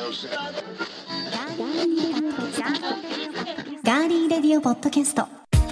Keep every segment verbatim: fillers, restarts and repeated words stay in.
ガーリーレディオポッドキャスト。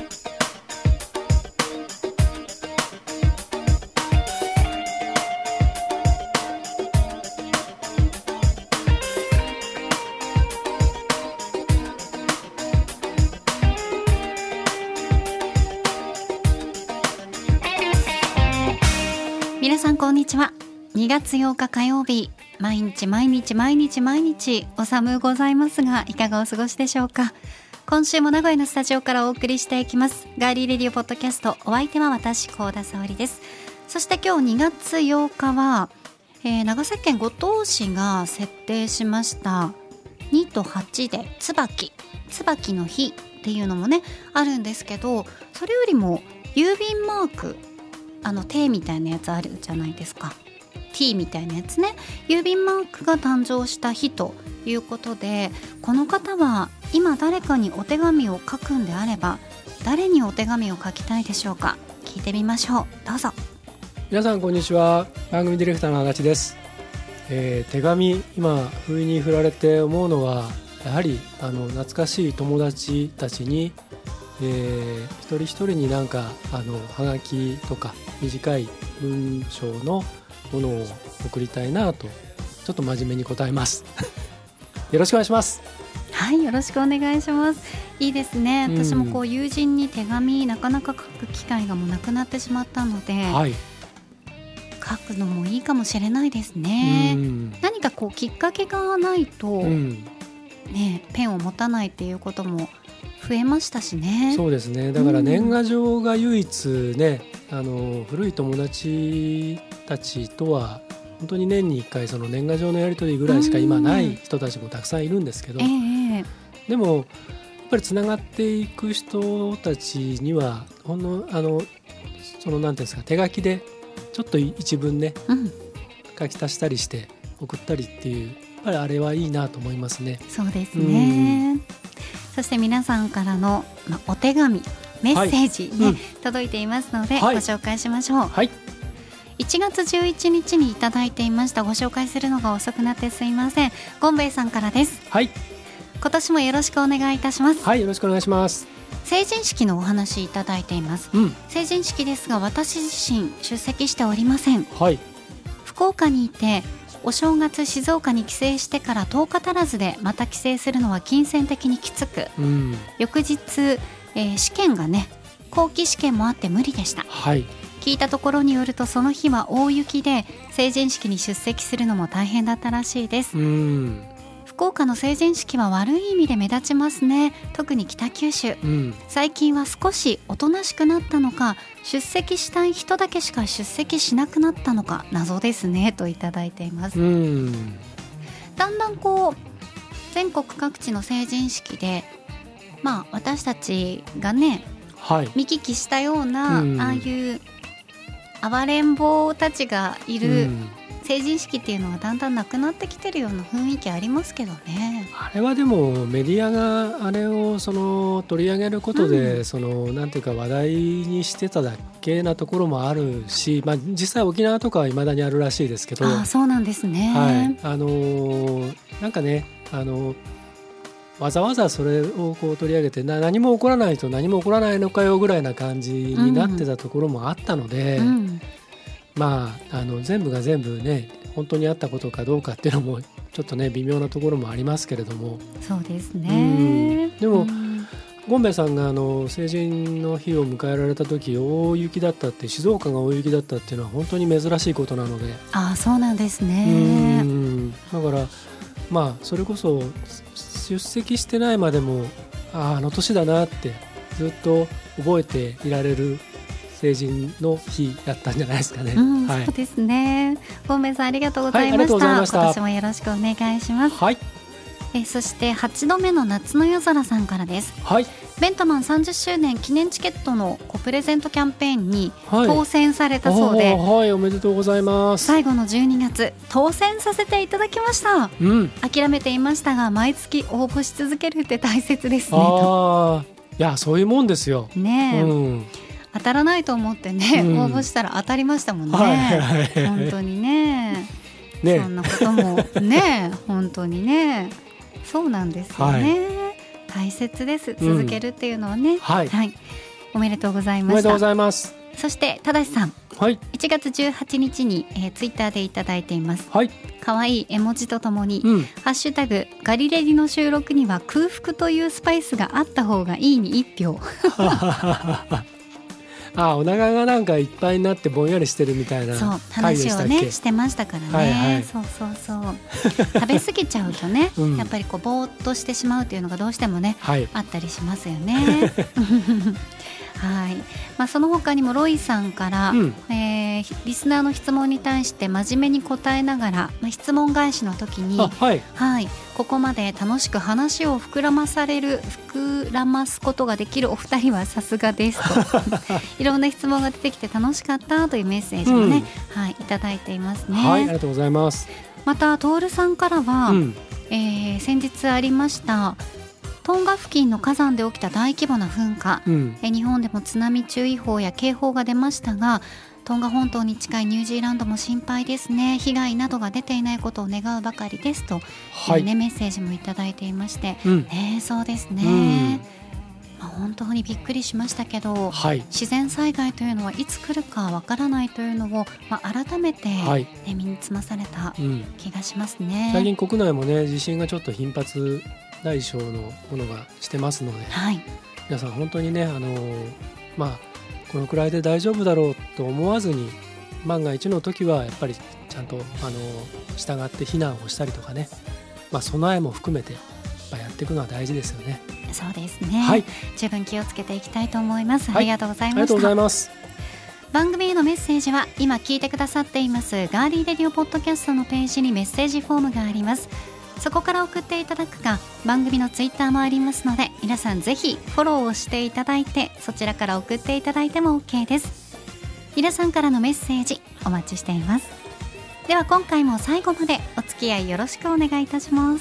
皆さんこんにちは。にがつようか火曜日、毎日毎日毎日毎日お寒うございますが、いかがお過ごしでしょうか。今週も名古屋のスタジオからお送りしていきますガーリーレディオポッドキャスト。お相手は私幸田沙織です。そして今日にがつようかは、えー、長崎県五島市が設定しましたにとはちで椿椿の日っていうのもねあるんですけど、それよりも郵便マーク、あの手みたいなやつあるじゃないですか。 T みたいなやつね、郵便マークが誕生した日ということで、この方は今誰かにお手紙を書くんであれば誰にお手紙を書きたいでしょうか。聞いてみましょう。どうぞ。 皆さんこんにちは。番組ディレクターの足立です。えー、手紙、今不意に振られて思うのは、やはりあの懐かしい友達たちに、えー、一人一人になんかあのハガキとか短い文章のものを送りたいなと、ちょっと真面目に答えますよろしくお願いします。 はい、よろしくお願いします。いいですね。私もこう友人に手紙なかなか書く機会がもうなくなってしまったので、はい、書くのもいいかもしれないですね。何かこうきっかけがないと、うんね、ペンを持たないっていうことも増えましたしね。 そうですね。だから年賀状が唯一ね、うん、あの古い友達たちとは本当に年にいっかいその年賀状のやり取りぐらいしか今ない人たちもたくさんいるんですけど、うんえー、でもやっぱりつながっていく人たちにはほんのあのそのなんていうんですか、手書きでちょっと一文ね、うん、書き足したりして送ったりっていう、やっぱりあれはいいなと思いますね。 そうですね、うん、そして皆さんからの、ま、お手紙メッセージ、ねはいうん、届いていますので、はい、ご紹介しましょう。はい、いちがつじゅういちにちにいただいていました。ご紹介するのが遅くなってすいません。ゴンベイさんからです。はい、今年もよろしくお願いいたします。 はい、よろしくお願いします。 成人式のお話いただいています、うん、成人式ですが私自身出席しておりません。はい、福岡にいてお正月静岡に帰省してからとおか足らずでまた帰省するのは金銭的にきつく、うん、翌日、えー、試験がね後期試験もあって無理でした。はい、聞いたところによるとその日は大雪で成人式に出席するのも大変だったらしいです。うん、福岡の成人式は悪い意味で目立ちますね。特に北九州、うん、最近は少しおとなしくなったのか出席したい人だけしか出席しなくなったのか謎ですねといただいています。うん、だんだんこう全国各地の成人式で、まあ、私たちがね、はい、見聞きしたような、うん、ああいう暴れん坊たちがいる成人式っていうのはだんだんなくなってきてるような雰囲気ありますけどね。 あれはでもメディアがあれをその取り上げることで、うん、そのなんていうか話題にしてただけなところもあるし、まあ、実際沖縄とかは未だにあるらしいですけど。 あ、そうなんですね。 はい、あのー、なんかね、あのーわざわざそれをこう取り上げてな何も起こらないと何も起こらないのかよぐらいな感じになってたところもあったので、うんうん、まあ、あの全部が全部ね本当にあったことかどうかっていうのもちょっとね微妙なところもありますけれども。 そうですね、 うん、でも、うん、ゴンベイさんがあの成人の日を迎えられた時大雪だったって、静岡が大雪だったっていうのは本当に珍しいことなので。 ああ、そうなんですね。 うん、だからまあそれこそ出席してないまでも あ, あの年だなってずっと覚えていられる成人の日だったんじゃないですかね。うん、はい、 そうですね。ゴンベイさんありがとうございました。はい、ありがとうございました。今年もよろしくお願いします。はい、えそしてはちどめの夏の夜空さんからです。はい、ベントマンさんじゅっしゅうねん記念チケットのプレゼントキャンペーンに当選されたそうで、 はい、はい、おめでとうございます。 最後のじゅうにがつ当選させていただきました、うん、諦めていましたが毎月応募し続けるって大切ですね。 あ、いやそういうもんですよね、うん、 当たらないと思ってね、うん、応募したら当たりましたもんね、はいはいはい、本当にね。 ね、 そんなこともね本当にねそうなんですよね、はい、大切です。続けるっていうのはね、うん、はい、はい、おめでとうございました。 おめでとうございます。 そしてただしさん、 はい、 いちがつじゅうはちにちに、えー、ツイッターでいただいています。 はい、 かわいい絵文字とともに、 うん、 ハッシュタグガリレディの収録には空腹というスパイスがあった方がいいにいち票あ、お腹がなんかいっぱいになってぼんやりしてるみたいなそう話をねしてましたからね、 はいはい、 そうそうそう食べ過ぎちゃうとね、うん、やっぱりこうぼーっとしてしまうというのがどうしてもね、はい、あったりしますよねはい、まあ、その他にもロイさんから、うん、えー、リスナーの質問に対して真面目に答えながら、まあ、質問返しの時に、 はいはい、ここまで楽しく話を膨らまされる膨らますことができるお二人はさすがですといろんな質問が出てきて楽しかったというメッセージもね、うん、はい、いただいていますね。 はい、ありがとうございます。 またトールさんからは、うん、えー、先日ありましたトンガ付近の火山で起きた大規模な噴火、うん、え日本でも津波注意報や警報が出ましたが、トンガ本島に近いニュージーランドも心配ですね。被害などが出ていないことを願うばかりですと、はい、ね、メッセージもいただいていまして、うん、ね、そうですね、うん、まあ、本当にびっくりしましたけど、はい、自然災害というのはいつ来るかわからないというのを、まあ、改めて、ね、はい、身につまされた気がしますね、うん、 最近国内もね地震がちょっと頻発大小のものがしてますので、はい、皆さん本当にね、あのー、まあこのくらいで大丈夫だろうと思わずに、万が一の時はやっぱりちゃんと、あのー、従って避難をしたりとかね、まあ、備えも含めてやっていくのは大事ですよね。 そうですね、 はい、 十分気をつけていきたいと思います、はい、ありがとうございました。 ありがとうございます。 番組へのメッセージは今聞いてくださっていますガーリーレディオポッドキャストのページにメッセージフォームがあります。そこから送っていただくか、番組のツイッターもありますので、皆さんぜひフォローをしていただいて、そちらから送っていただいても OK です。皆さんからのメッセージお待ちしています。では今回も最後までお付き合いよろしくお願いいたします。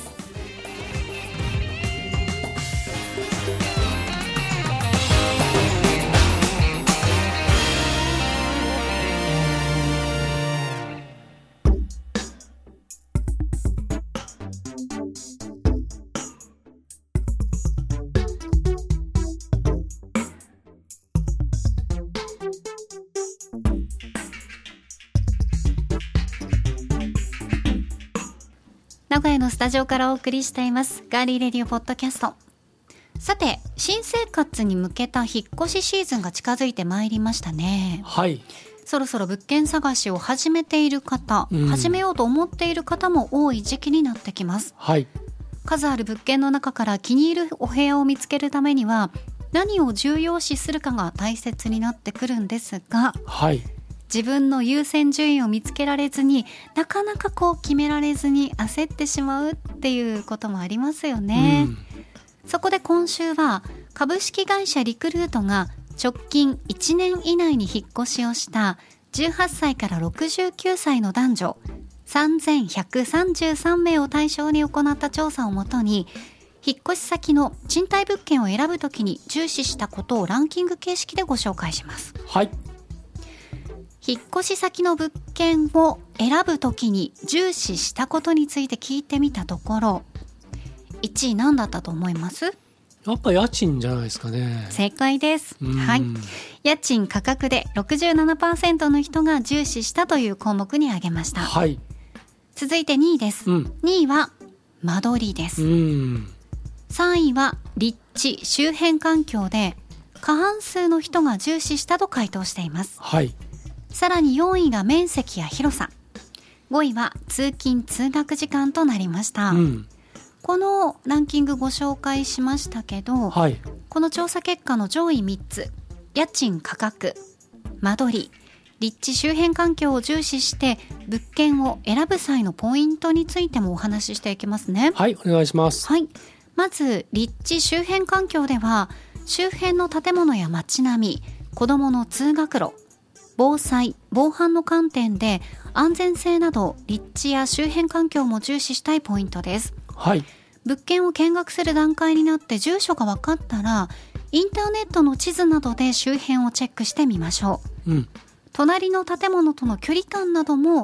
名古屋のスタジオからお送りしていますガーリーレディオポッドキャスト。さて、新生活に向けた引っ越しシーズンが近づいてまいりましたね。 はい、 そろそろ物件探しを始めている方、うん、始めようと思っている方も多い時期になってきます。 はい、 数ある物件の中から気に入るお部屋を見つけるためには何を重要視するかが大切になってくるんですが、 はい、 自分の優先順位を見つけられずに、なかなかこう決められずに焦ってしまうっていうこともありますよね、うん、そこで今週は株式会社リクルートが直近いちねん以内に引っ越しをしたじゅうはっさいからろくじゅうきゅうさいの男女さんぜんひゃくさんじゅうさんめいを対象に行った調査をもとに、引っ越し先の賃貸物件を選ぶときに重視したことをランキング形式でご紹介します。 はい、 引っ越し先の物件を選ぶときに重視したことについて聞いてみたところ、いちい何だったと思います？ やっぱ家賃じゃないですかね。 正解です。はい。家賃価格で ろくじゅうななパーセント の人が重視したという項目に挙げました。 はい。 続いてにいです。うん、にいは間取りです。うん。さんいは立地周辺環境で過半数の人が重視したと回答しています。 はい。 さらによんいが面積や広さ、ごいは通勤通学時間となりました、うん、このランキングご紹介しましたけど、はい、この調査結果の上位みっつ、家賃価格、間取り、立地周辺環境を重視して物件を選ぶ際のポイントについてもお話ししていきますね。 はい、お願いします。 はい、まず立地周辺環境では周辺の建物や街並み、子どもの通学路、防災・防犯の観点で安全性など立地や周辺環境も重視したいポイントです。 はい、 物件を見学する段階になって住所が分かったらインターネットの地図などで周辺をチェックしてみましょう、うん、隣の建物との距離感なども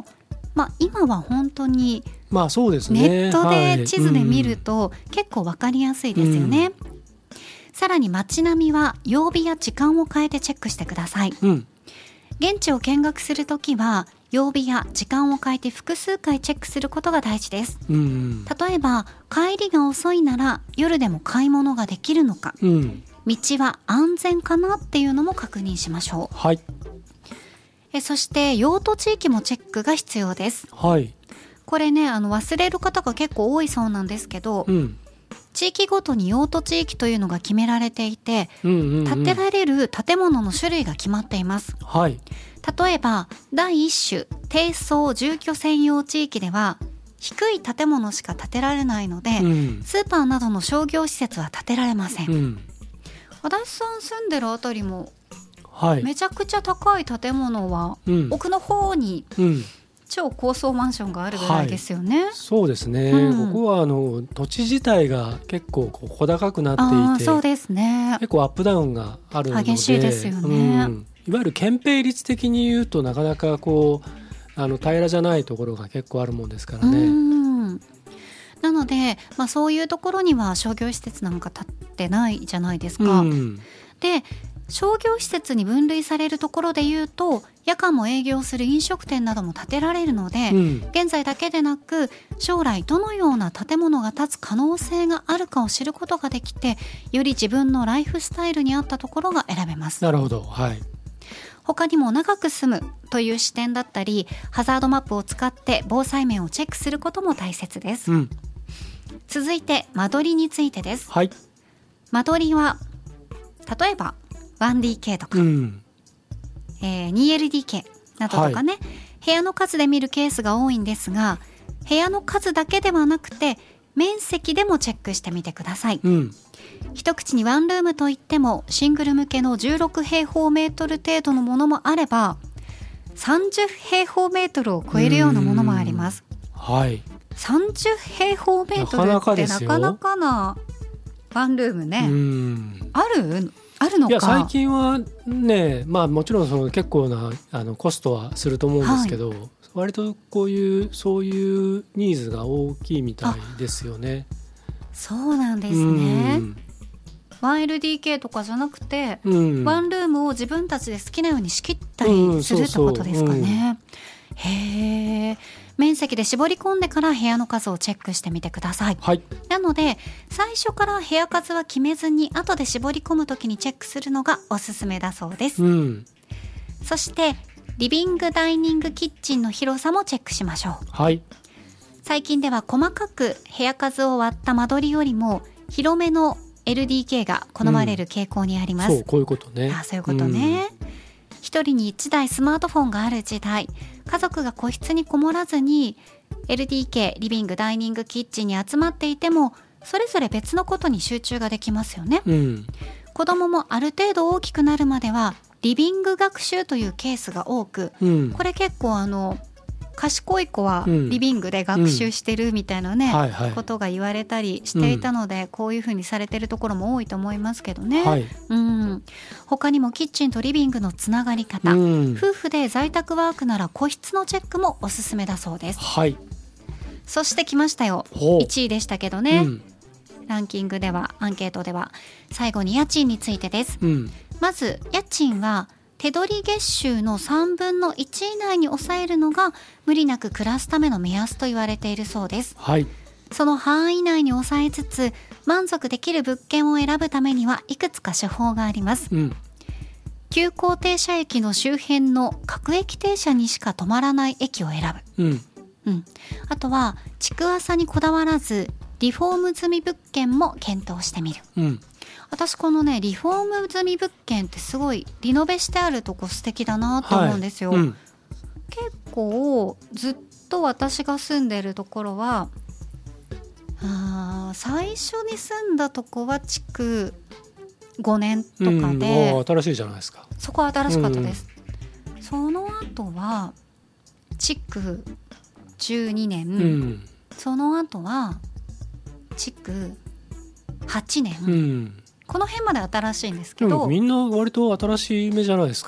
まあ、今は本当にまあそうですね、 ネットで地図で見ると結構分かりやすいですよね、うん、さらに街並みは曜日や時間を変えてチェックしてください、うん、現地を見学するときは曜日や時間を変えて複数回チェックすることが大事です、うんうん、例えば帰りが遅いなら夜でも買い物ができるのか、うん、道は安全かなっていうのも確認しましょう、はい、えそして用途地域もチェックが必要です、はい、これねあの忘れる方が結構多いそうなんですけど、うん、地域ごとに用途地域というのが決められていて、うんうんうん、建てられる建物の種類が決まっています、はい、例えばだいいち種低層住居専用地域では低い建物しか建てられないので、うん、スーパーなどの商業施設は建てられません、うん、足立さん住んでるあたりも、はい、めちゃくちゃ高い建物は、うん、奥の方に、うん超高層マンションがあるぐらいですよね、はい、 そうですね、うん、ここはあの土地自体が結構こう小高くなっていて、 そうですね、 結構アップダウンがあるので激しいですよね、 うん、いわゆる憲兵率的に言うとなかなかこうあの平らじゃないところが結構あるもんですからね、うんなので、まあ、そういうところには商業施設なんか建ってないじゃないですか、うん、で商業施設に分類されるところでいうと夜間も営業する飲食店なども建てられるので、うん、現在だけでなく将来どのような建物が建つ可能性があるかを知ることができてより自分のライフスタイルに合ったところが選べます。 なるほど、はい、 他にも長く住むという視点だったりハザードマップを使って防災面をチェックすることも大切です、うん、続いて間取りについてです、はい、間取りは例えば ワンディーケー とか、うんえー、ツーエルディーケー などとかね、はい、部屋の数で見るケースが多いんですが部屋の数だけではなくて面積でもチェックしてみてください、うん、一口にワンルームといってもシングル向けのじゅうろくへいほうメートル程度のものもあればさんじゅうへいほうメートルを超えるようなものもあります、はい、さんじゅうへいほうメートルってなかなかなワンルームね、うんあるあるのか。 いや最近はね、まあ、もちろんその結構なあのコストはすると思うんですけど、はい、割とこういうそういうニーズが大きいみたいですよね。 そうなんですね。 ワンエルディーケー とかじゃなくて、うん、ワンルームを自分たちで好きなように仕切ったりするってことですかね、うん、そうそう、うん、へー、面積で絞り込んでから部屋の数をチェックしてみてください、はい、なので最初から部屋数は決めずに後で絞り込むときにチェックするのがおすすめだそうです、うん、そしてリビングダイニングキッチンの広さもチェックしましょう、はい、最近では細かく部屋数を割った間取りよりも広めの エルディーケー が好まれる傾向にあります、 うん、そうこういうことね。 あ、そういうことね、うん、一人に一台スマートフォンがある時代家族が個室にこもらずに エルディーケー リビングダイニングキッチンに集まっていてもそれぞれ別のことに集中ができますよね、うん、子供もある程度大きくなるまではリビング学習というケースが多く、うん、これ結構あの賢い子はリビングで学習してるみたいなね、うんはいはい、ことが言われたりしていたので、うん、こういうふうにされてるところも多いと思いますけどね、はい、うん、他にもキッチンとリビングのつながり方、うん、夫婦で在宅ワークなら個室のチェックもおすすめだそうです、はい、そして来ましたよ、いちいでしたけどね、うん、ランキングではアンケートでは最後に家賃についてです、うん、まず家賃は手取り月収のさんぶんのいち以内に抑えるのが無理なく暮らすための目安と言われているそうです、はい、その範囲内に抑えつつ満足できる物件を選ぶためにはいくつか手法があります、うん、急行停車駅の周辺の各駅停車にしか止まらない駅を選ぶ、うんうん、あとは築浅にこだわらずリフォーム済み物件も検討してみる、うん、私このねリフォーム済み物件ってすごいリノベしてあるとこ素敵だなと思うんですよ、はいうん、結構ずっと私が住んでるところはあ最初に住んだとこは築ごねんとかで、うん、 新しいじゃないですか。 そこは新しかったです、うん、その後は築じゅうにねん、うん、その後は築はちねん、うん、この辺まで新しいんですけど、 でもみんな割と新しい目じゃないですか。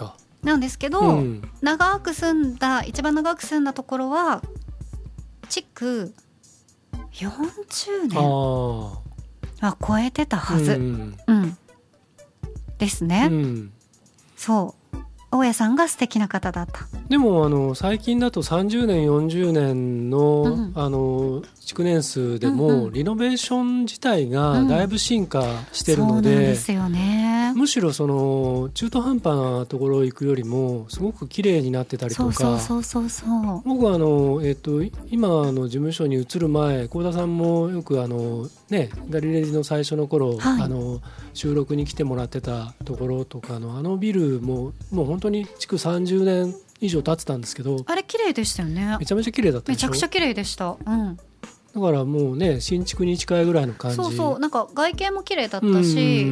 なんですけど、うん、長く住んだ一番長く住んだところは築よんじゅうねんは超えてたはず、うんうん、ですね、うん、そう大家さんが素敵な方だった。 でもあの最近だとさんじゅうねんよんじゅうねん の,、うん、あの築年数でも、うんうん、リノベーション自体がだいぶ進化してるので、うん、そうなんですよね。 むしろその中途半端なところ行くよりもすごく綺麗になってたりとか、 そうそうそうそう僕はあの、えー、と今の事務所に移る前幸田さんもよくあの、ね、ガリレジの最初の頃、はい、あの収録に来てもらってたところとかのあのビルももう本当に築さんじゅうねん以上経ってたんですけど、 あれ綺麗でしたよね。 めちゃめちゃ綺麗だったでしょ。 めちゃくちゃ綺麗でした、うん、 だからもうね新築に近いぐらいの感じ。 そうそう、なんか外見も綺麗だったし、うん、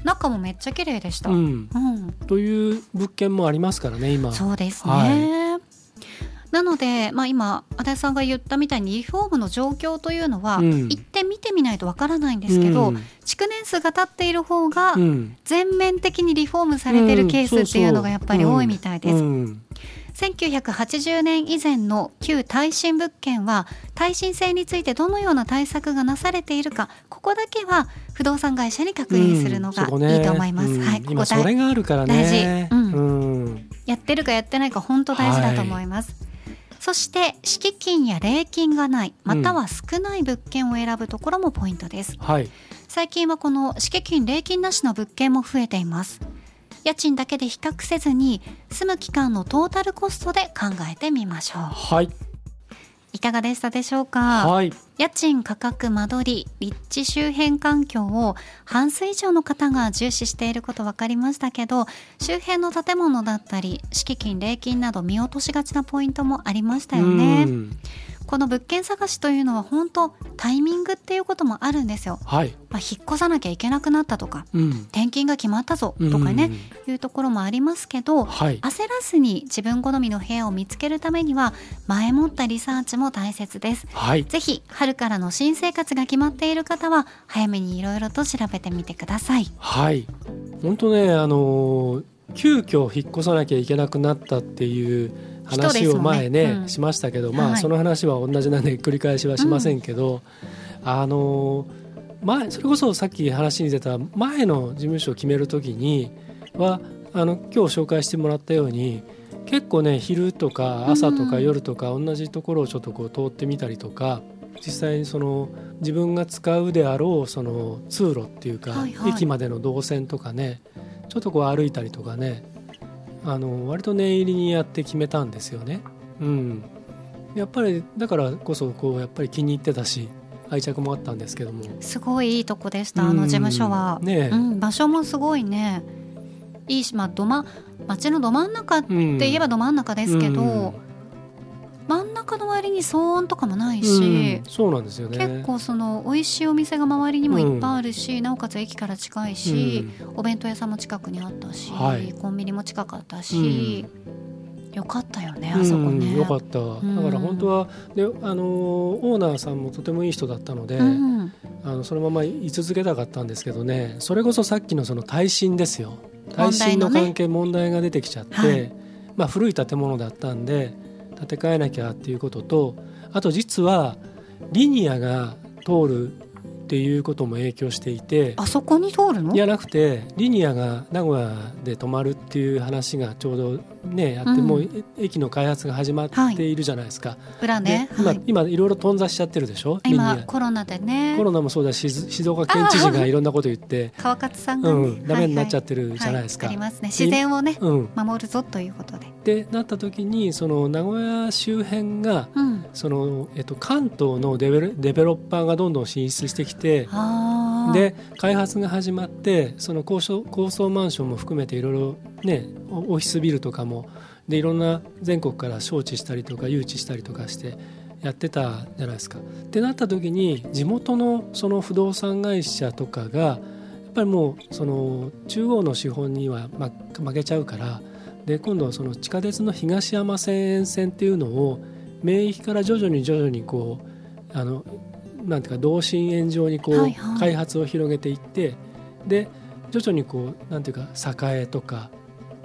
中もめっちゃ綺麗でした、うんうん、 という物件もありますからね今。 そうですね、はい、なので、まあ、今足立さんが言ったみたいにリフォームの状況というのは、うん、行って見てみないとわからないんですけど、うん、築年数が経っている方が全面的にリフォームされているケースっていうのがやっぱり多いみたいです、うんうん、せんきゅうひゃくはちじゅうねん以前の旧耐震物件は耐震性についてどのような対策がなされているか、ここだけは不動産会社に確認するのがいいと思います、うんね、 はい、ここ今それがあるからね、 大事、うんうん、やってるかやってないか本当大事だと思います、はい。そして敷金や礼金がないまたは少ない物件を選ぶところもポイントです、うんはい、最近はこの敷金礼金なしの物件も増えています。家賃だけで比較せずに住む期間のトータルコストで考えてみましょう。 はい、 いかがでしたでしょうか。 はい、 家賃、価格、間取り、立地周辺環境を半数以上の方が重視していること分かりましたけど、周辺の建物だったり敷金、礼金など見落としがちなポイントもありましたよね。この物件探しというのは本当タイミングっていうこともあるんですよ、はい、まあ、引っ越さなきゃいけなくなったとか、うん、転勤が決まったぞとかね、うん、いうところもありますけど、はい、焦らずに自分好みの部屋を見つけるためには前もったリサーチも大切です、はい、ぜひ春からの新生活が決まっている方は早めにいろいろと調べてみてください。 はい、本当ね、あのー、急遽引っ越さなきゃいけなくなったっていう話を前 ね, ね、うん、しましたけど、まあ、その話は同じなんで繰り返しはしませんけど、うん、あの前それこそさっき話に出た前の事務所を決めるときにはあの今日紹介してもらったように結構ね昼とか朝とか夜とか同じところをちょっとこう通ってみたりとか、実際にその自分が使うであろうその通路っていうか、はいはい、駅までの動線とかねちょっとこう歩いたりとかね、あの割と念入りにやって決めたんですよね、うん、やっぱりだからこそこうやっぱり気に入ってたし愛着もあったんですけども、 すごいいいとこでした、あの事務所は、ね、うん、場所もすごいねいいし、まあ、どま街のど真ん中って言えばど真ん中ですけど、うん、真ん中の割に騒音とかもないし、 うん、そうなんですよね。 結構その美味しいお店が周りにもいっぱいあるし、うん、なおかつ駅から近いし、うん、お弁当屋さんも近くにあったし、はい、コンビニも近かったし、うん、よかったよねあそこね、 うん、よかった。だから本当はであのオーナーさんもとてもいい人だったので、うん、あのそのまま居続けたかったんですけどね、それこそさっきのその耐震ですよ。耐震の関係問題が出てきちゃって、はい、まあ、古い建物だったんで建て替えなきゃっていうことと、あと実はリニアが通るっていうことも影響していて、 あそこに通るの？ いやなくてリニアが名古屋で止まるっていう話がちょうどねあって、うん、もう駅の開発が始まっているじゃないですか、はい、 裏ね、 今、はい、今いろいろ頓挫しちゃってるでしょ。 今コロナでね、 コロナもそうだし静岡県知事がいろんなこと言って川勝さんが、ね、うん、 ダメになっちゃってるじゃないですか、 はいはいはい、ありますね。自然をね、うん、守るぞということででなった時にその名古屋周辺が、うん、そのえっと、関東のデベロ、デベロッパーがどんどん進出してきて、で開発が始まってその高層、高層マンションも含めていろいろねオフィスビルとかもでいろんな全国から招致したりとか誘致したりとかしてやってたじゃないですか。ってなった時に地元のその不動産会社とかがやっぱりもうその中央の資本には負けちゃうから、で今度はその地下鉄の東山線沿線っていうのを名駅から徐々に徐々にこうあのなんていうか同心円状にこう、はいはい、開発を広げていって、で徐々にこうなんていうか栄とか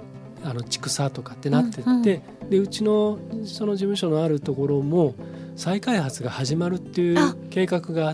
あの畜産とかってなってって、うんうん、でうちのその事務所のあるところも再開発が始まるっていう計画があって。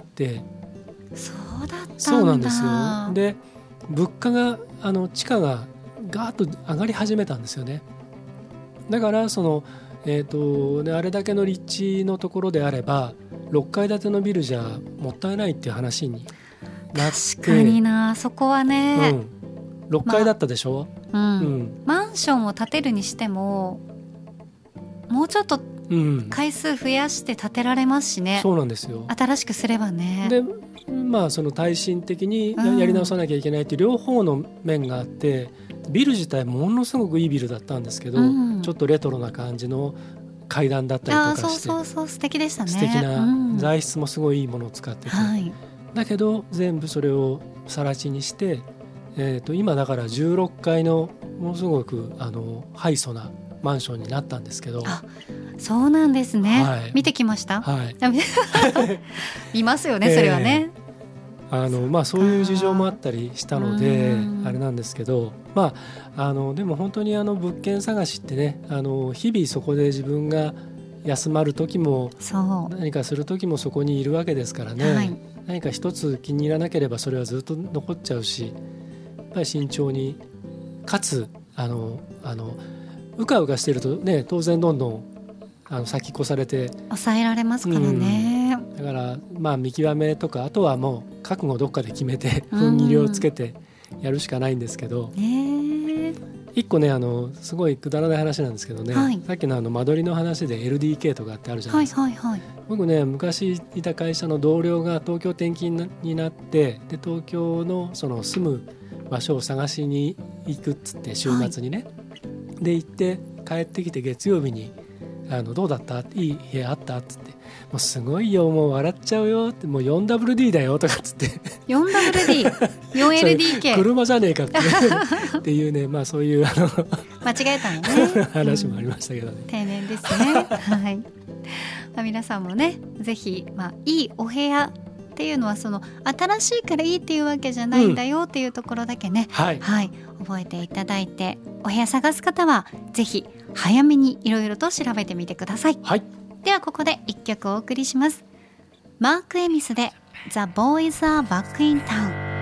そうだったんだ。 そうなんですよ。で物価があの地価がガーッと上がり始めたんですよね。だからその、えーとね、あれだけの立地のところであればろっかい建てのビルじゃもったいないっていう話になって。 確かにな、そこはね、うん、 ろっかいだったでしょ、 まうんうん、マンションを建てるにしてももうちょっと回数増やして建てられますしね、うん、 そうなんですよ。 新しくすればね。 でまあその耐震的に や,、やり直さなきゃいけないっていう両方の面があって、ビル自体ものすごくいいビルだったんですけど、うん、ちょっとレトロな感じの階段だったりとかして、 あそうそうそう素敵でしたね。 素敵な、うん、材質もすごいいいものを使ってて、はい、だけど全部それを更地にして、えー、と今だからじゅうろっかいのものすごくあのハイソなマンションになったんですけど。 あそうなんですね、はい、見てきました、はい、見ますよねそれはね、 えーあのまあ、そういう事情もあったりしたのであれなんですけど、まあ、あのでも本当にあの物件探しってね、あの日々そこで自分が休まる時も何かする時もそこにいるわけですからね、はい、何か一つ気に入らなければそれはずっと残っちゃうし、やっぱり慎重にかつあのあのうかうかしてるとね、当然どんどんあの先越されて抑えられますからね、 うん、だからまあ見極めとか、あとはもう覚悟をどっかで決めて踏ん切りをつけてやるしかないんですけど、うん、一個ねあのすごいくだらない話なんですけどね、はい、さっきのあの間取りの話で エルディーケー とかってあるじゃないですか、はいはいはい、僕ね昔いた会社の同僚が東京転勤になって、で東京のその住む場所を探しに行くっつって週末にね、はい、で行って帰ってきて月曜日にあのどうだったいい部屋あったっつって、もうすごいよもう笑っちゃうよって、もう フォーダブリューディー だよとかっつってフォーダブリューディー よんエルディーケー車じゃねえかって、ね、っていうね、まあそういうあの間違えたのね話もありましたけどね、 うん、丁寧ですねはい、まあ、皆さんもねぜひ、まあ、いいお部屋っていうのはその新しいからいいっていうわけじゃないんだよっていうところだけね、うん、はい、はい、覚えていただいて、お部屋探す方はぜひ早めにいろいろと調べてみてください、はい、ではここで一曲お送りします。マーク・エミスで The Boys Are Back in Town。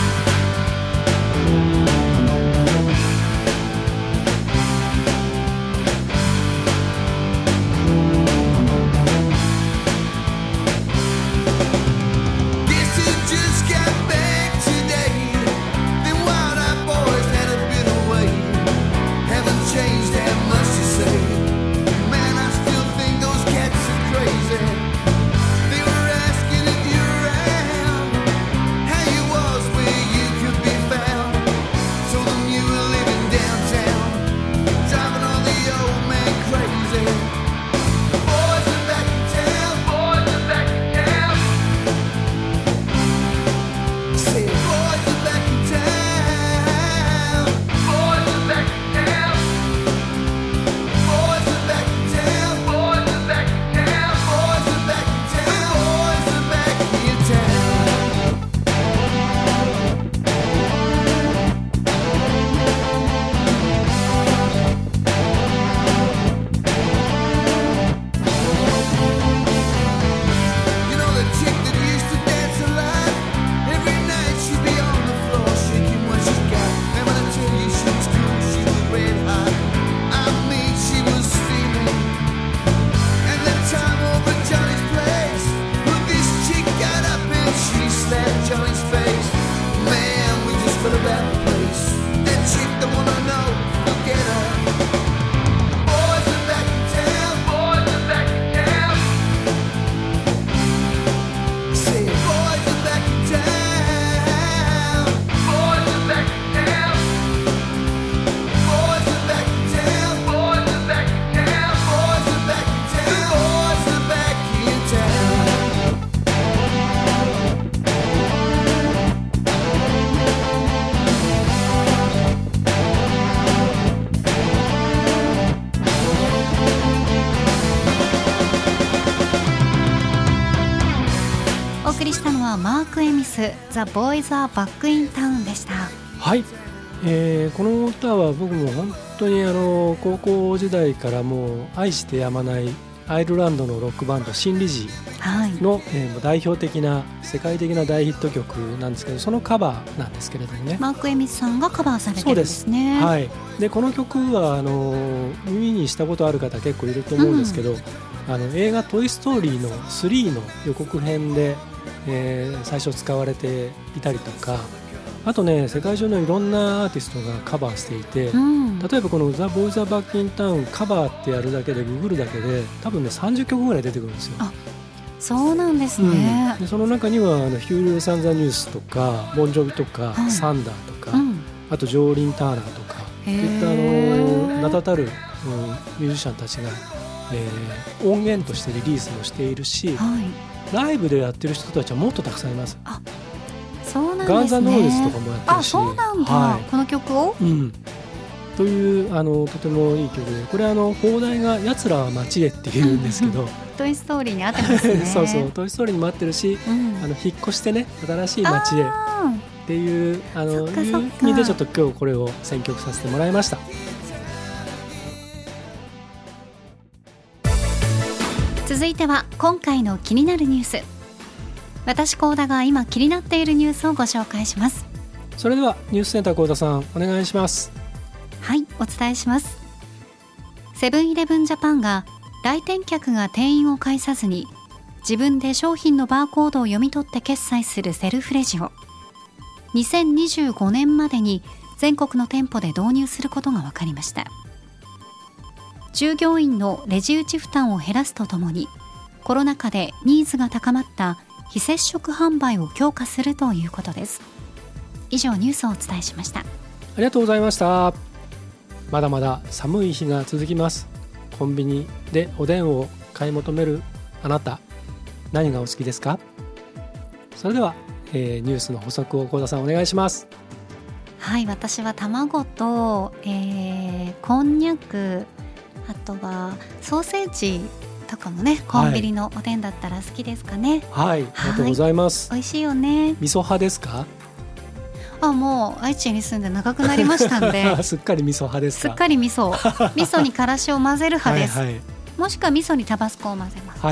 お送りしたのはマーク・エミス The Boys Are Back in Town でした。 はい、えー、この歌は僕も本当にあの高校時代からもう愛してやまないアイルランドのロックバンドシン・リジの、はいえー、代表的な世界的な大ヒット曲なんですけど、そのカバーなんですけれどもね、 マーク・エミスさんがカバーされてるんですね。 そうです、はい、でこの曲はあの耳にしたことある方結構いると思うんですけど、うん、あの映画トイストーリーのスリーの予告編で、えー、最初使われていたりとか、あとね世界中のいろんなアーティストがカバーしていて、うん、例えばこのザ・ボーイズ・ア・バック・イン・タウンカバーってやるだけでググるだけで多分ねさんじゅっきょくぐらい出てくるんですよ。 あ、そうなんですね、 うん、でその中にはあのヒューリー・サンザ・ニュースとかボンジョビとか、はい、サンダーとか、うん、あとジョーリン・ターナーとかといったあの名だたる、うん、ミュージシャンたちが、えー、音源としてリリースもしているし、はい、ライブでやってる人たちはもっとたくさんいます。 あ、そうなんですね。 ガンザ・ノーレスとかもやってるし。 あ、そうなんだ、はい、この曲を、 うん、というあのとてもいい曲で、これあの放題がやつらは街へっていうんですけどトイストーリーに合ってますねそうそう、トイストーリーにも合ってるし、うん、あの引っ越してね新しい街へっていうあのいう意味でちょっと今日これを選曲させてもらいました。 続いては今回の気になるニュース。私高田が今気になっているニュースをご紹介します。 それではニュースセンター高田さんお願いします。 はい、お伝えします。セブンイレブンジャパンが来店客が店員を介さずに自分で商品のバーコードを読み取って決済するセルフレジをにせんにじゅうごねんまでに全国の店舗で導入することが分かりました。従業員のレジ打ち負担を減らすとともにコロナ禍でニーズが高まった非接触販売を強化するということです。以上ニュースをお伝えしました。 ありがとうございました。まだまだ寒い日が続きます。コンビニでおでんを買い求めるあなた、何がお好きですか？それでは、えー、ニュースの補足を幸田さんお願いします。 はい、私は卵と、えー、こんにゃく、あとはソーセージとかもね、コンビニのおでんだったら好きですかね。 はい、はい、ありがとうございます。 美味しいよね。 味噌派ですか？ あ、もう愛知に住んで長くなりましたんですっかり味噌派ですか？ すっかり味噌味噌にからしを混ぜる派です。はいはい、もしくは味噌にタバスコを混ぜます。はい、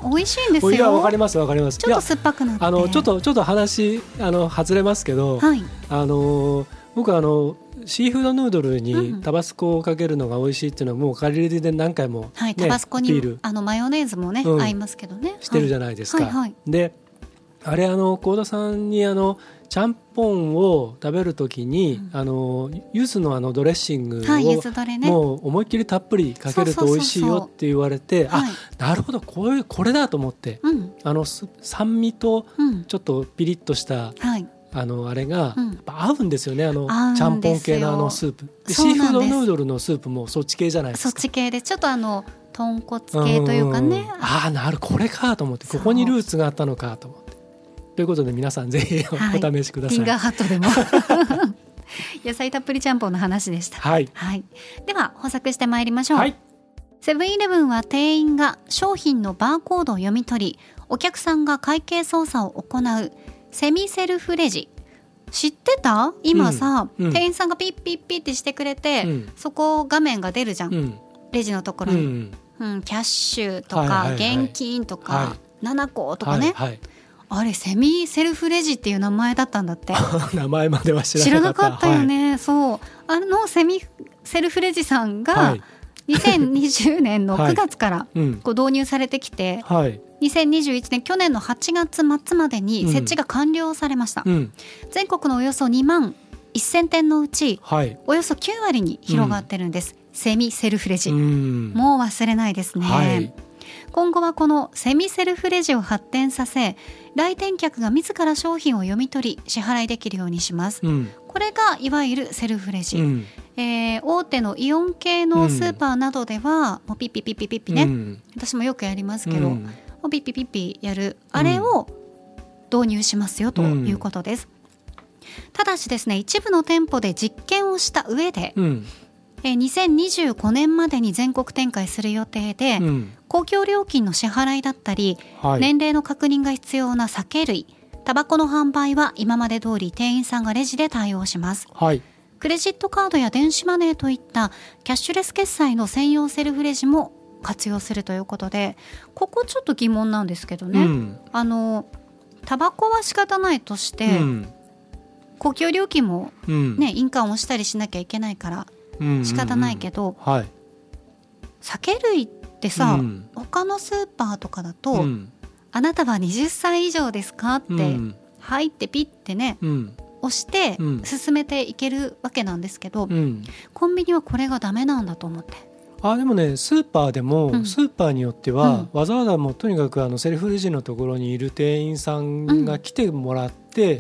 美味しいんですよ。いや、わかりますわかります。 ちょっと酸っぱくなって、 あのちょっとちょっと話あの外れますけど、はい、あの僕あのシーフードヌードルにタバスコをかけるのが美味しいっていうのはもう借り入れで何回も、ね、 はい、タバスコにあのマヨネーズもね、うん、合いますけどね、 してるじゃないですか。 はいはいはい、 であれあの幸田さんにあのちゃんぽんを食べるときに、うん、あの柚子のあのドレッシングを、はい、柚子ドレね、もう思いっきりたっぷりかけると美味しいよって言われて、あ、なるほど、こういうこれだと思って、うん、あの酸味とちょっとピリッとした、うん、はい、あのあれが、うん、やっぱ合うんですよね。あのちゃんぽん系のあのスープで、シーフードヌードルのスープもそっち系じゃないですか。 そっち系でちょっとあの豚骨系というかね、 ああ、なる、これかと思って、ここにルーツがあったのかと思って、ということで皆さんぜひお試しください。 フィンガーハットでも野菜たっぷりちゃんぽんの話でした。はい、はい、では補足してまいりましょう。はい、セブンイレブンは店員が商品のバーコードを読み取り、お客さんが会計操作を行うセミセルフレジ。知ってた？今さ、うんうん、店員さんがピッピッピッってしてくれて、うん、そこ画面が出るじゃん、うん、レジのところに、うんうん、キャッシュとか、はいはいはい、現金とか、はい、ななことかね、はいはい、あれセミセルフレジっていう名前だったんだって名前までは知らなかった。 知らなかったよね、はい、そう、あのセミセルフレジさんが、はい、にせんにじゅうねんのくがつからこう導入されてきて、はい、にせんにじゅういちねん去年のはちがつまつまでに設置が完了されました、うん、全国のおよそにまんせんてんのうち、はい、およそきゅうわりに広がってるんです、うん、セミセルフレジ、うん、もう忘れないですね、はい、今後はこのセミセルフレジを発展させ、来店客が自ら商品を読み取り支払いできるようにします、うん、これがいわゆるセルフレジ、うん、えー、大手のイオン系のスーパーなどでは、うん、もうピッピピッピピッピね、うん、私もよくやりますけど、うん、もうピッピピッピやるあれを導入しますよということです、うん、ただしですね、一部の店舗で実験をした上で、うん、えー、にせんにじゅうごねんまでに全国展開する予定で、うん、公共料金の支払いだったり、はい、年齢の確認が必要な酒類、タバコの販売は今まで通り店員さんがレジで対応します、はい、 クレジットカードや電子マネーといったキャッシュレス決済の専用セルフレジも活用するということで、ここちょっと疑問なんですけどね、うん、あのタバコは仕方ないとして、うん、公共料金も、ね、うん、印鑑をしたりしなきゃいけないから仕方ないけど、うんうんうん、はい、酒類ってさ、うん、他のスーパーとかだと、うん、あなたははたち以上ですかって、うん、入ってピッてね、うん、押して進めていけるわけなんですけど、うん、コンビニはこれがダメなんだと思って。 あでもね、スーパーでも、うん、スーパーによっては、うん、わざわざもうとにかくあのセルフレジのところにいる店員さんが来てもらって、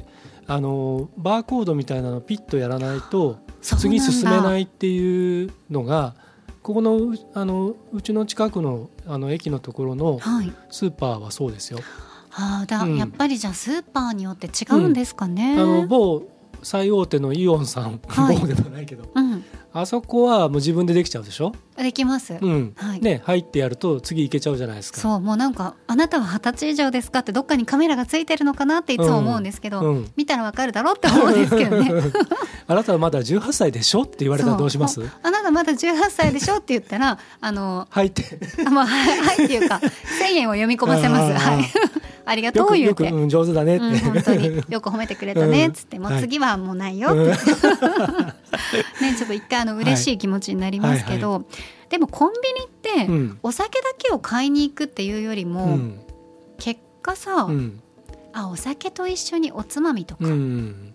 うん、あのバーコードみたいなのをピッとやらないと次進めないっていうのが、ここの、あのうちの近く の, あの駅のところのスーパーはそうですよ、 はい、あだ、うん、やっぱりじゃあスーパーによって違うんですかね、 うん、あの某最大手のイオンさん、はい、某でもないけど、うん、あそこはもう自分でできちゃうでしょ。 できます、 うんはいね、入ってやると次行けちゃうじゃないですか。 そう、もうなんかあなたははたち以上ですかってどっかにカメラがついてるのかなっていつも思うんですけど、うんうん、見たらわかるだろうって思うんですけどねあなたはまだじゅうはっさいでしょって言われたらどうします？ あなたまだじゅうはっさいでしょって言ったらあのはいってあ、まあ、はいっていうかせんえんを読み込ませますはい、ありがとう言って、 よくよく、うん、上手だねって、うん、 本当によく褒めてくれたねっつって、うん、もう次はもうないよって、はいね、ちょっと一回あの嬉しい気持ちになりますけど、はいはいはい、でもコンビニってお酒だけを買いに行くっていうよりも、うん、結果さ、うん、あお酒と一緒におつまみとか、うん、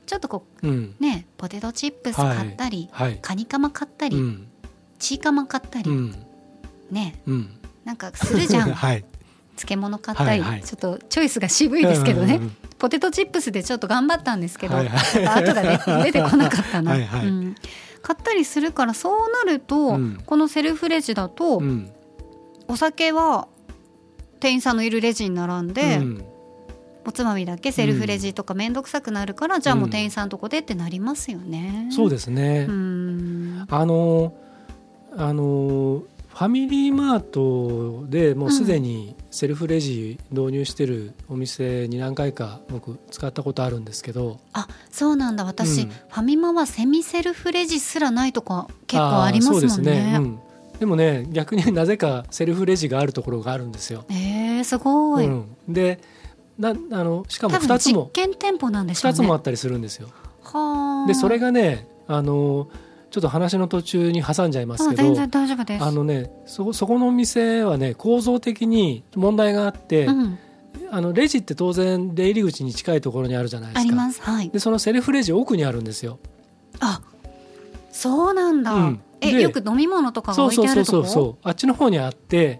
ちょっとこう、うん、ねポテトチップス買ったり、はいはい、カニカマ買ったり、うん、チーカマ買ったり、うん、ね、うん、なんかするじゃん、はい漬物買ったり、はいはい、ちょっとチョイスが渋いですけどね、うんうんうん、ポテトチップスでちょっと頑張ったんですけど、はいはい、後が、ね、出てこなかったなはい、はいうん、買ったりするから、そうなると、うん、このセルフレジだと、うん、お酒は店員さんのいるレジに並んで、うん、おつまみだけセルフレジとかめんどくさくなるから、うん、じゃあもう店員さんとこでってなりますよね、 うん、そうですね、うん、あのあのファミリーマートでもうすでにセルフレジ導入してるお店に何回か僕使ったことあるんですけど、 あそうなんだ。私、うん、ファミマはセミセルフレジすらないとこ結構ありますもんね。そうですね、うん、 でもね逆になぜかセルフレジがあるところがあるんですよ。 えー、すごい、うん、 でなあのしかもふたつも実験店舗なんでしょうね。 ふたつもあったりするんですよ。はでそれがねあのちょっと話の途中に挟んじゃいますけど、 全然大丈夫です。 あのね、そ, そこのお店はね構造的に問題があって、うん、あのレジって当然出入り口に近いところにあるじゃないですか。 あります、はい、 でそのセルフレジ奥にあるんですよ。 あそうなんだ、うん、えよく飲み物とかが置いてあるところ、そうそうそうそう、 あっちの方にあって、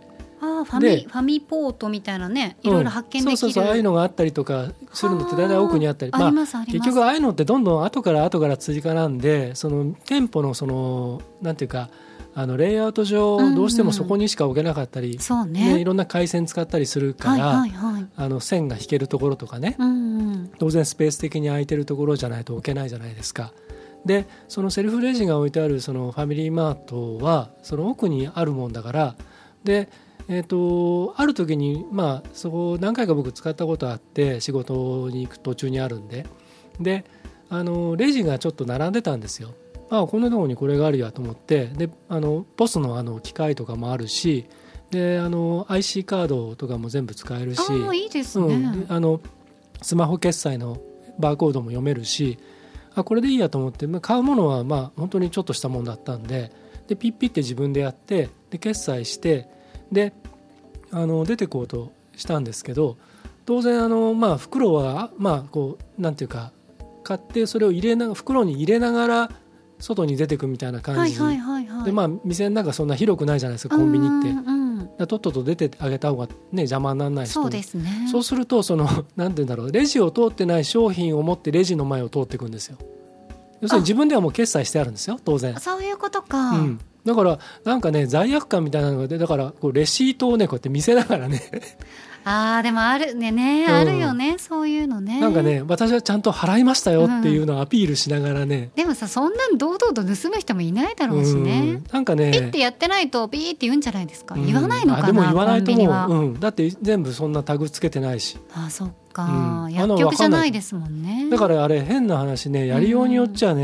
あファミファミポートみたいなね、いろいろ発見できる、うん、そうそうそう、ああいうのがあったりとかするのって大体奥にあったり、まあ、ありますあります。結局ああいうのってどんどん後から後から追加なんで、その店舗のそのなんていうかあのレイアウト上どうしてもそこにしか置けなかったり、うんうんね、いろんな回線使ったりするから、はいはいはい、あの線が引けるところとかね、うんうん、当然スペース的に空いてるところじゃないと置けないじゃないですか。でそのセルフレジが置いてあるそのファミリーマートはその奥にあるもんだから、でえー、とある時に、まあ、そこ何回か僕使ったことあって、仕事に行く途中にあるんで、であのレジがちょっと並んでたんですよ。あこんなところにこれがあるやと思って、であのポスの、あの機械とかもあるし、であの アイシー カードとかも全部使えるし、 あいいですね、 うん、あのスマホ決済のバーコードも読めるし、あこれでいいやと思って、まあ、買うものはまあ本当にちょっとしたもんだったんで、でピッピッて自分でやって、で決済して、であの出てこうとしたんですけど、当然あの、まあ、袋は、まあ、こうなんていうか買ってそれを入れな袋に入れながら外に出てくみたいな感じ、はいはいはいはい、でまあ店の中そんな広くないじゃないですか、コンビニって、うんうん、とっとと出てあげた方が、ね、邪魔にならないし、 そうですね。 そうするとそのなんていうんだろう、レジを通ってない商品を持ってレジの前を通っていくんですよ。要するに自分ではもう決済してあるんですよ、当然。 そういうことか、 うん、だからなんかね罪悪感みたいなのがで、だからこうレシートをねこうやって見せながらねあーでもあるね、ね、うん、あるよね、そういうのね。 なんかね私はちゃんと払いましたよっていうのをアピールしながらね、うん、 でもさそんなん堂々と盗む人もいないだろうしね、うん、 なんかねピッてやってないとピーって言うんじゃないですか、うん、言わないのかな。 あでも言わないと思う、うん、だって全部そんなタグつけてないし。 あそっか、うん、薬局じゃないですもんね。 だからあれ変な話ね、やりようによっちゃね、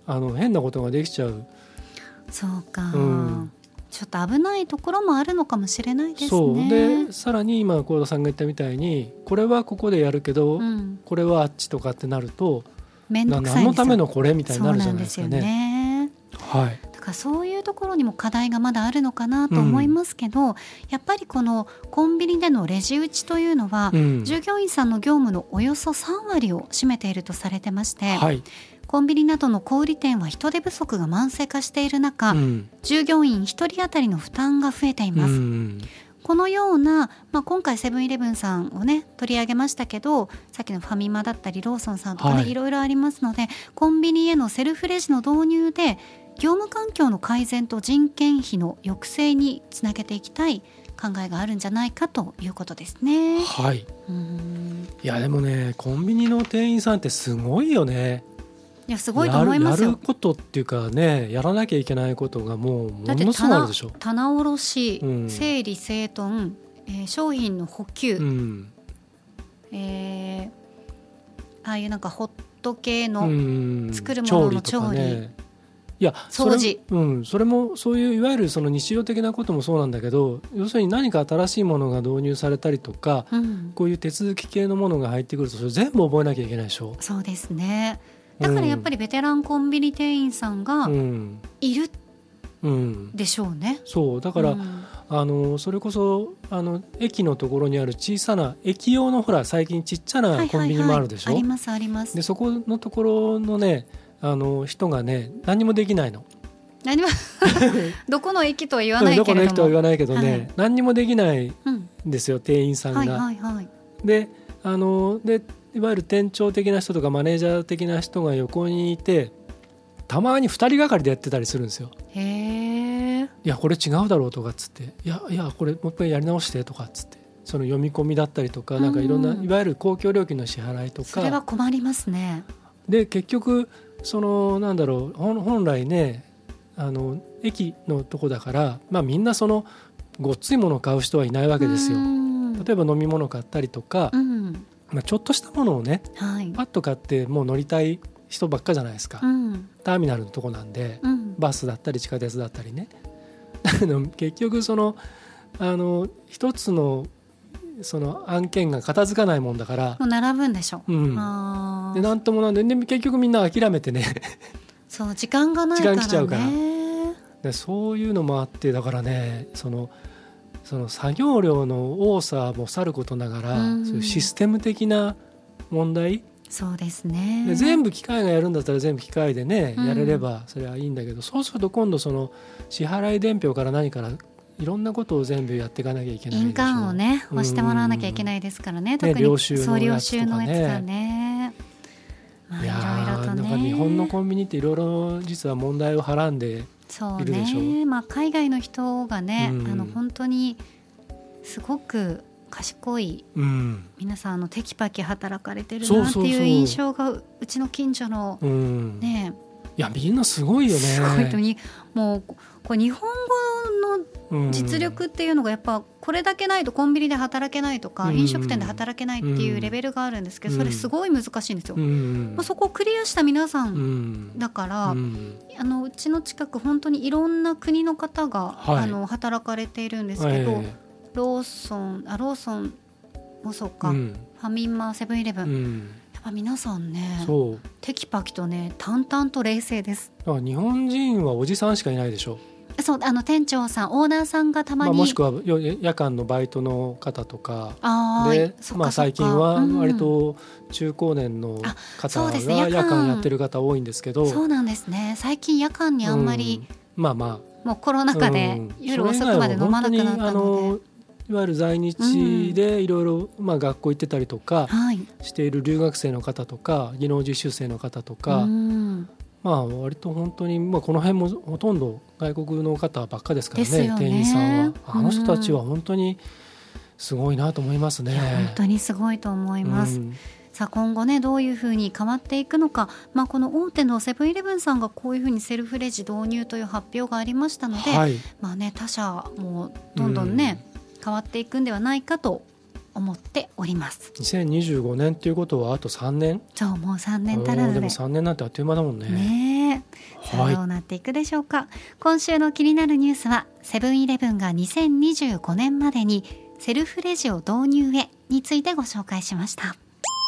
あの変なことができちゃう。 そうか、 うん、 ちょっと危ないところもあるのかもしれないですね。 そうでさらに今幸田さんが言ったみたいにこれはここでやるけど、うん、これはあっちとかってなると面倒くさいんですよ。 何のためのこれみたいになるじゃないですかね。 そうなんですよね。 はい、 だからそういうところにも課題がまだあるのかなと思いますけど、うん、やっぱりこのコンビニでのレジ打ちというのは、うん、従業員さんの業務のおよそさんわりを占めているとされてまして、はい、コンビニなどの小売店は人手不足が慢性化している中、うん、従業員ひとり当たりの負担が増えています、うん、このような、まあ、今回セブンイレブンさんをね取り上げましたけど、さっきのファミマだったりローソンさんとかね、はい、いろいろありますので、コンビニへのセルフレジの導入で業務環境の改善と人件費の抑制につなげていきたい考えがあるんじゃないかということですね。 はい、うーん、いやでもねコンビニの店員さんってすごいよね。 いやすごいと思いますよ。 やる、やることっていうかね、やらなきゃいけないことがもうものすごいあるでしょ。 棚卸し、うん、整理整頓、えー、商品の補給、うん、えー、ああいうなんかホット系の作るものの調理、調理とかね、いや掃除、それ、うん、それもそういういわゆるその日常的なこともそうなんだけど、要するに何か新しいものが導入されたりとか、うん、こういう手続き系のものが入ってくるとそれ全部覚えなきゃいけないでしょ。 そうですね。だからやっぱりベテランコンビニ店員さんがいるでしょうね、 うんうん、そうだから、うん、あのそれこそあの駅のところにある小さな駅用のほら最近ちっちゃなコンビニもあるでしょ、 はいはいはい、ありますあります。 でそこのところのねあの人がね何もできないの。 何もどこの駅とは言わないけれども、 どこの駅とは言わないけどね、はい、何もできないんですよ、うん、店員さんが、はいはいはい、であのでいわゆる店長的な人とかマネージャー的な人が横にいてたまにふたりがかりでやってたりするんですよ。 へー、 いやこれ違うだろうとかっつって、いやいやこれもう一回やり直してとかっつって、その読み込みだったりとか、なんかいろんないわゆる公共料金の支払いとか、 それは困りますね。 で結局そのなんだろう本来ねあの駅のとこだから、まあ、みんなそのごっついものを買う人はいないわけですよ。例えば飲み物買ったりとか、うんまあ、ちょっとしたものをね、はい、パッと買ってもう乗りたい人ばっかじゃないですか、うん、ターミナルのとこなんで、うん、バスだったり地下鉄だったりね。だけど結局そのあの一つのその案件が片付かないもんだからもう並ぶんでしょ、うん、 あでなんともなんで、で結局みんな諦めてねそう時間がないからね、 時間来ちゃうからでそういうのもあって、だからねそのその作業量の多さもさることながら、うん、そういうシステム的な問題、 そうですね、 で全部機械がやるんだったら全部機械でね、うん、やれればそれはいいんだけど、そうすると今度その支払い伝票から何からいろんなことを全部やっていかなきゃいけないでしょ。印鑑をね押してもらわなきゃいけないですからね、特に領収のやつとかね、 領収のやつがね、まあ、いろいろとね。 なんか日本のコンビニっていろいろ実は問題をはらんでいるでしょ。 そうね、まあ、海外の人がね、うん、あの本当にすごく賢い、うん、皆さんあのテキパキ働かれてるなっていう印象がうちの近所の、うん、ね、 いやみんなすごいよね。 すごいとにもうこう日本語の実力っていうのがやっぱこれだけないとコンビニで働けないとか、うん、飲食店で働けないっていうレベルがあるんですけど、それすごい難しいんですよ、うん、まあ、そこをクリアした皆さんだから、うん、あのうちの近く本当にいろんな国の方が、はい、あの働かれているんですけど、はい、ローソンあローソンもそうか、うん、ファミマセブンイレブン、うん、やっぱ皆さんねテキパキとね淡々と冷静です。 あ、日本人はおじさんしかいないでしょ。 そう、あの店長さんオーナーさんがたまに、 まあ、もしくは夜間のバイトの方とかあで、まあ、最近は割と中高年の方が夜間やってる方多いんですけど、 そうなんですね。最近夜間にあんまり、 うん、まあまあもうコロナ禍で夜遅くまで飲まなくなったので、 いわゆる在日でいろいろ学校行ってたりとかしている留学生の方とか技能実習生の方とか、うんまあ、割と本当に、まあ、この辺もほとんど外国の方ばっかですから ね, ね店員さんはあの人たちは本当にすごいなと思いますね。 本当にすごいと思います、うん、さあ今後ねどういうふうに変わっていくのか、まあ、この大手のセブンイレブンさんがこういうふうにセルフレジ導入という発表がありましたので、はいまあね、他社もどんどんね、うん、変わっていくんではないかと思っております。 にせんにじゅうごねんということはあとさんねん。 そう、もうさんねん足らずで。 でもさんねんなんてあっという間だもんね。 ねえ、さあどうなっていくでしょうか、はい、今週の気になるニュースはセブンイレブンがにせんにじゅうごねんまでにセルフレジを導入へについてご紹介しました。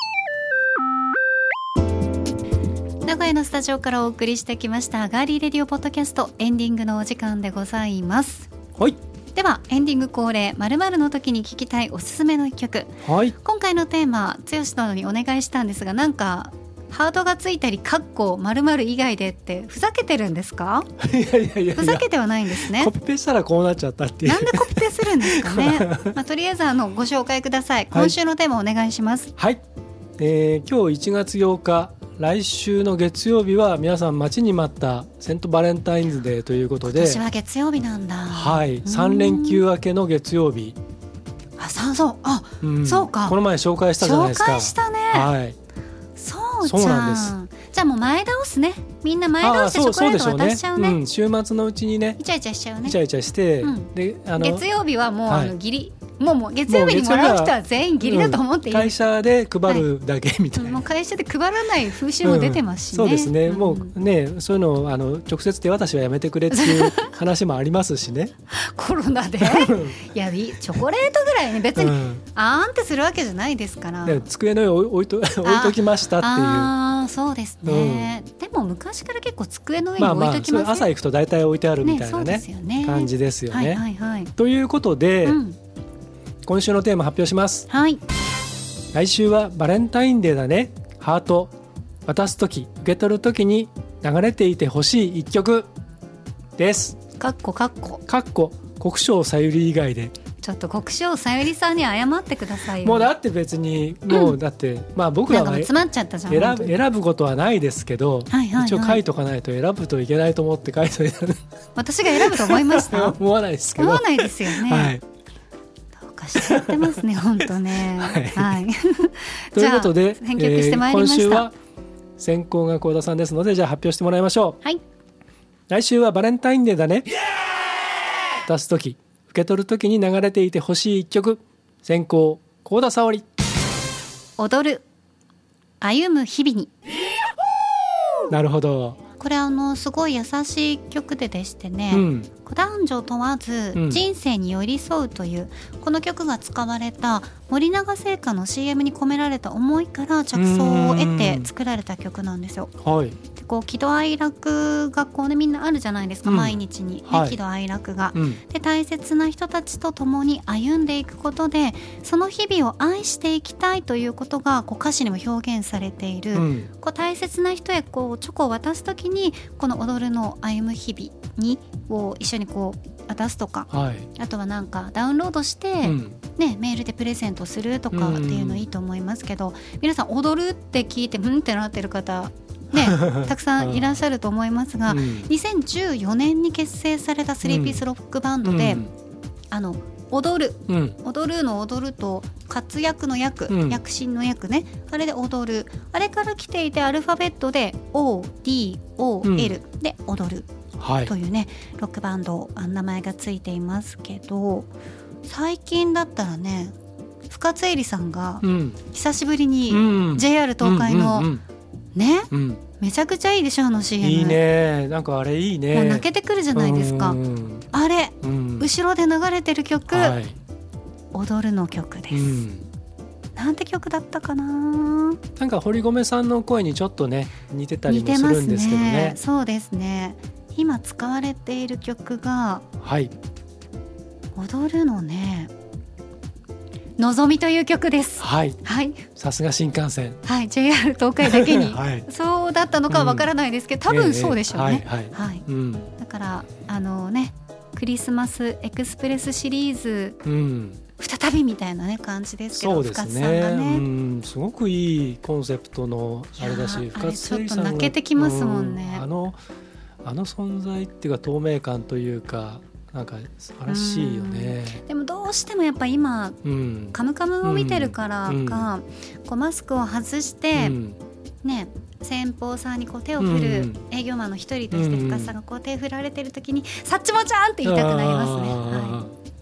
名古屋のスタジオからお送りしてきましたガーリーレディオポッドキャスト、エンディングのお時間でございます。 はい、 ではエンディング恒例〇〇の時に聴きたいおすすめの一曲、 はい、 今回のテーマ剛殿にお願いしたんですが、なんかハートがついたりカッコ〇〇以外でってふざけてるんですか？ いやいやいや、 ふざけてはないんですね。 コピペしたらこうなっちゃったっていう。 なんでコピペするんですかね。まあ、とりあえずあのご紹介ください。今週のテーマお願いします。 はい、はい、えー、今日いちがつようか、来週の月曜日は皆さん待ちに待ったセントバレンタインズデーということで、 今年は月曜日なんだ。 はい、さん連休明けの月曜日。 あ、そうそう、あ、うん、そうか、 この前紹介したじゃないですか。 紹介したね。 はい、 そうじゃん。 そうなんです。 じゃあもう前倒すね。みんな前倒してチョコレート渡しちゃうね。 うん、週末のうちにね、 イチャイチャしちゃうね。 イチャイチャして、 うん、 であの月曜日はもう、はい、あのギリもうもう月曜日にももらう人は全員ギリだと思っていい、 うん、会社で配るだけみたいな、 はい、もう会社で配らない風習も出てますしね、 うん、そうですね、 うん、 もうね、そういうのをあの直接手渡しはやめてくれっていう話もありますしね。 コロナでいや、チョコレートぐらいね、別に、うん、あーんってするわけじゃないですから、 机の上に置いと、置いときましたっていう。 ああ、そうですね、うん、でも昔から結構机の上に置いときますね。まあまあ、 朝行くと大体置いてあるみたいな ね, ね, そうですよね感じですよね、 はいはいはい、 ということで、うん、今週のテーマ発表します。 はい、 来週はバレンタインデーだね。ハート渡すとき、受け取るときに流れていてほしい一曲です。 かっこかっこかっこ国生さゆり以外で。 ちょっと国生さゆりさんに謝ってくださいよ。 もうだって別にもうだって、うん、まあ僕らは選 ぶ, 選ぶことはないですけど、はいはいはい、一応書いとかないと選ぶといけないと思って書いといた。 私が選ぶと思いました？ 思わないですけど。 思わないですよね、はい、どうかしちゃってますね本当ね、はいはい、 ということで選曲してまいりました、 えー、今週は先行が幸田さんですので、じゃあ発表してもらいましょう。 はい、 来週はバレンタインデーだね。出すとき、受け取るときに流れていてほしい一曲。先行幸田沙織。 踊る歩む日々に。 なるほど。 これあのすごい優しい曲ででしてね、うん、男女問わず人生に寄り添うという、うん、この曲が使われた森永製菓の シーエム に込められた思いから着想を得て作られた曲なんですよ。はい、でこう喜怒哀楽がこう、ね、みんなあるじゃないですか、うん、毎日に、ね、はい、喜怒哀楽が、うん、で大切な人たちと共に歩んでいくことでその日々を愛していきたいということがこう歌詞にも表現されている、うん、こう大切な人へこうチョコを渡すときにこの踊るの歩む日々にを一緒にこう渡すとか、はい、あとはなんかダウンロードして、うんね、メールでプレゼントするとかっていうのいいと思いますけど、うん、皆さん踊るって聞いてうんってなってる方ね、たくさんいらっしゃると思いますが、うん、にせんじゅうよねんに結成されたスリーピースロックバンドで、うん、あの踊る、うん、踊るの踊ると活躍の躍、うん、躍進の躍ね、あれで踊る、あれから来ていてアルファベットで オーディーオーエル で踊る、はい、というねロックバンド名前がついていますけど、最近だったらね深津絵里さんが久しぶりに ジェイアール 東海の、うんうんうんね、うん、めちゃくちゃいいでしょあの シーエム。 いいね、なんかあれいいね、 もう泣けてくるじゃないですか。あれ、うん、後ろで流れてる曲、はい、踊るの曲です、うん、なんて曲だったかな。 なんか堀米さんの声にちょっとね似てたりもするんですけど ね, ねそうですね。今使われている曲が、はい、踊るのねのぞみという曲です。はい、はい、 さすが新幹線、 はい、ジェイアール 東海だけに、はい、そうだったのかはわからないですけど、うん、多分そうでしょうね、えーはいはいはい、うん、だからあのねクリスマスエクスプレスシリーズ、うん、再びみたいな、ね、感じですけど、 そうですね、 深津さんがね、うん、 すごくいいコンセプトのあれだし、深津絵里さんがちょっと泣けてきますもんね、 うん、あのあの存在っていうか透明感というかなんか素晴らしいよね。 でもどうしてもやっぱ今、うん、カムカムを見てるからか、うん、こうマスクを外して、うん、ね、先方さんにこう手を振る営業マンの一人として深津さんがこう手を振られてる時に、うん、サッチモちゃんって言いたくなりますね、は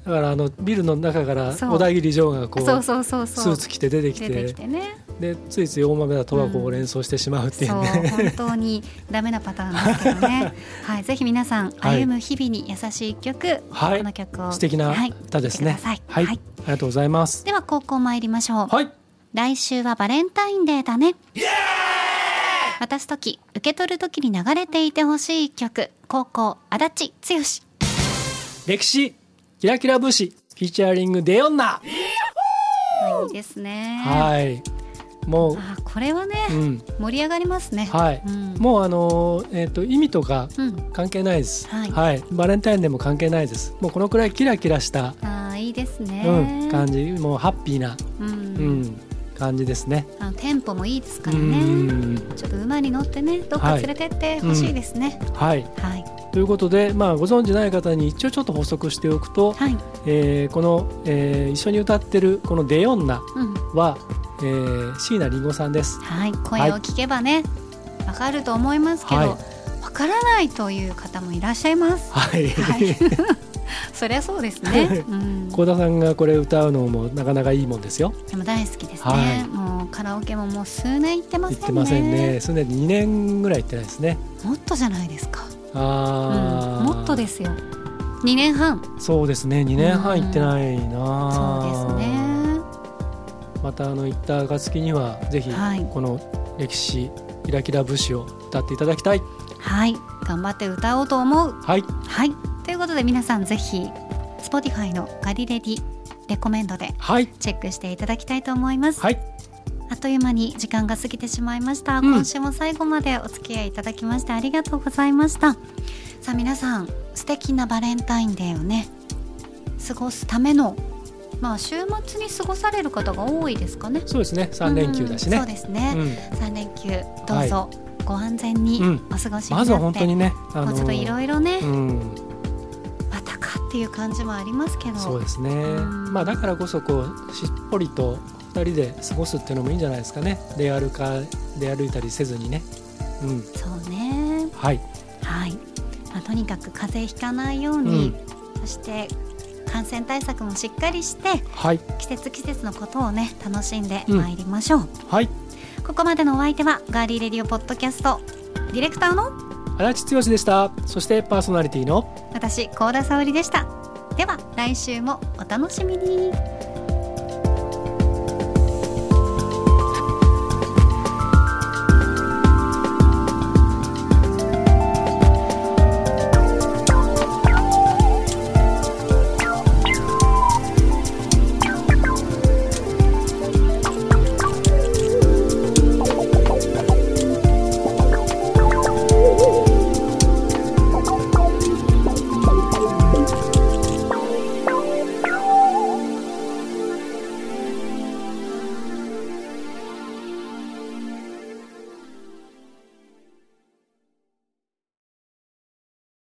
だからあのビルの中から小田切城がこうそうそうそうそうスーツ着て出てきて、 出てきてね、 でついつい大豆田十和子を連想してしまうっていうね、 うん、そう本当にダメなパターンですけどね、はい、ぜひ皆さん歩む日々に優しい一曲、はい、この曲を素敵な歌ですね、 はい、 はいはい、ありがとうございます。 では高校参りましょう。 はい、 来週はバレンタインデーだね。渡すとき受け取るときに流れていてほしい一曲、高校足立剛。 歴史キラキラ武士フィーチャリングデヨンナ。 いいですね。 はい、もうあこれはね、うん、盛り上がりますね。 はい、うん、もうあの、えーと、意味とか関係ないです、うんはいはい、バレンタインでも関係ないです。もうこのくらいキラキラしたあいいですね、 うん、感じ、もうハッピーな、うんうん感じですね。 あのテンポもいいですからね。ちょっと馬に乗ってね、どっか連れてってほしいですね。はい、うんはい、 ということで、まあ、ご存じない方に一応ちょっと補足しておくと、はいえー、この、えー、一緒に歌ってるこのデヨンナは、うんえー、椎名林檎さんです。 はい、声を聞けばね、わ、はい、かると思いますけど、はい、わからないという方もいらっしゃいます。はい、はいそりゃそうですね。 幸、うん、田さんがこれ歌うのもなかなかいいもんですよ。 でも大好きですね、はい、もうカラオケももう数年行ってませんね。 行ってませんね。数年にねんぐらい行ってないですね。 もっとじゃないですか。 あ、 うん、もっとですよ。にねんはん。 そうですね、にねんはん行ってないな、 うん、そうですね。 またあの行った暁にはぜひこの歴史キラキラ武士を歌っていただきたい。 はい、頑張って歌おうと思う。 はい、 はい、ということで皆さんぜひ Spotify のガリレディレコメンドでチェックしていただきたいと思います。はい、あっという間に時間が過ぎてしまいました、うん、今週も最後までお付き合いいただきましてありがとうございました。さあ皆さん、素敵なバレンタインデーをね過ごすための、まあ、週末に過ごされる方が多いですかね。 そうですね、さん連休だしね、 うん、そうですね、うん、さん連休どうぞ、はい、ご安全にお過ごしになって、うん、まずは本当にね、 あのー、ちょっといろいろね、うん、またかっていう感じもありますけど、 そうですね、うんまあ、だからこそこうしっぽりとふたりで過ごすっていうのもいいんじゃないですかね。出歩か出歩いたりせずにね、 うん、そうね、 はい、 はいまあ、とにかく風邪ひかないように、うん、そして感染対策もしっかりして、はい、季節季節のことをね楽しんでまいりましょう、うん、はい。ここまでのお相手はガーリーレディオポッドキャストディレクターの足立剛でした。そしてパーソナリティの私幸田沙織でした。では来週もお楽しみに。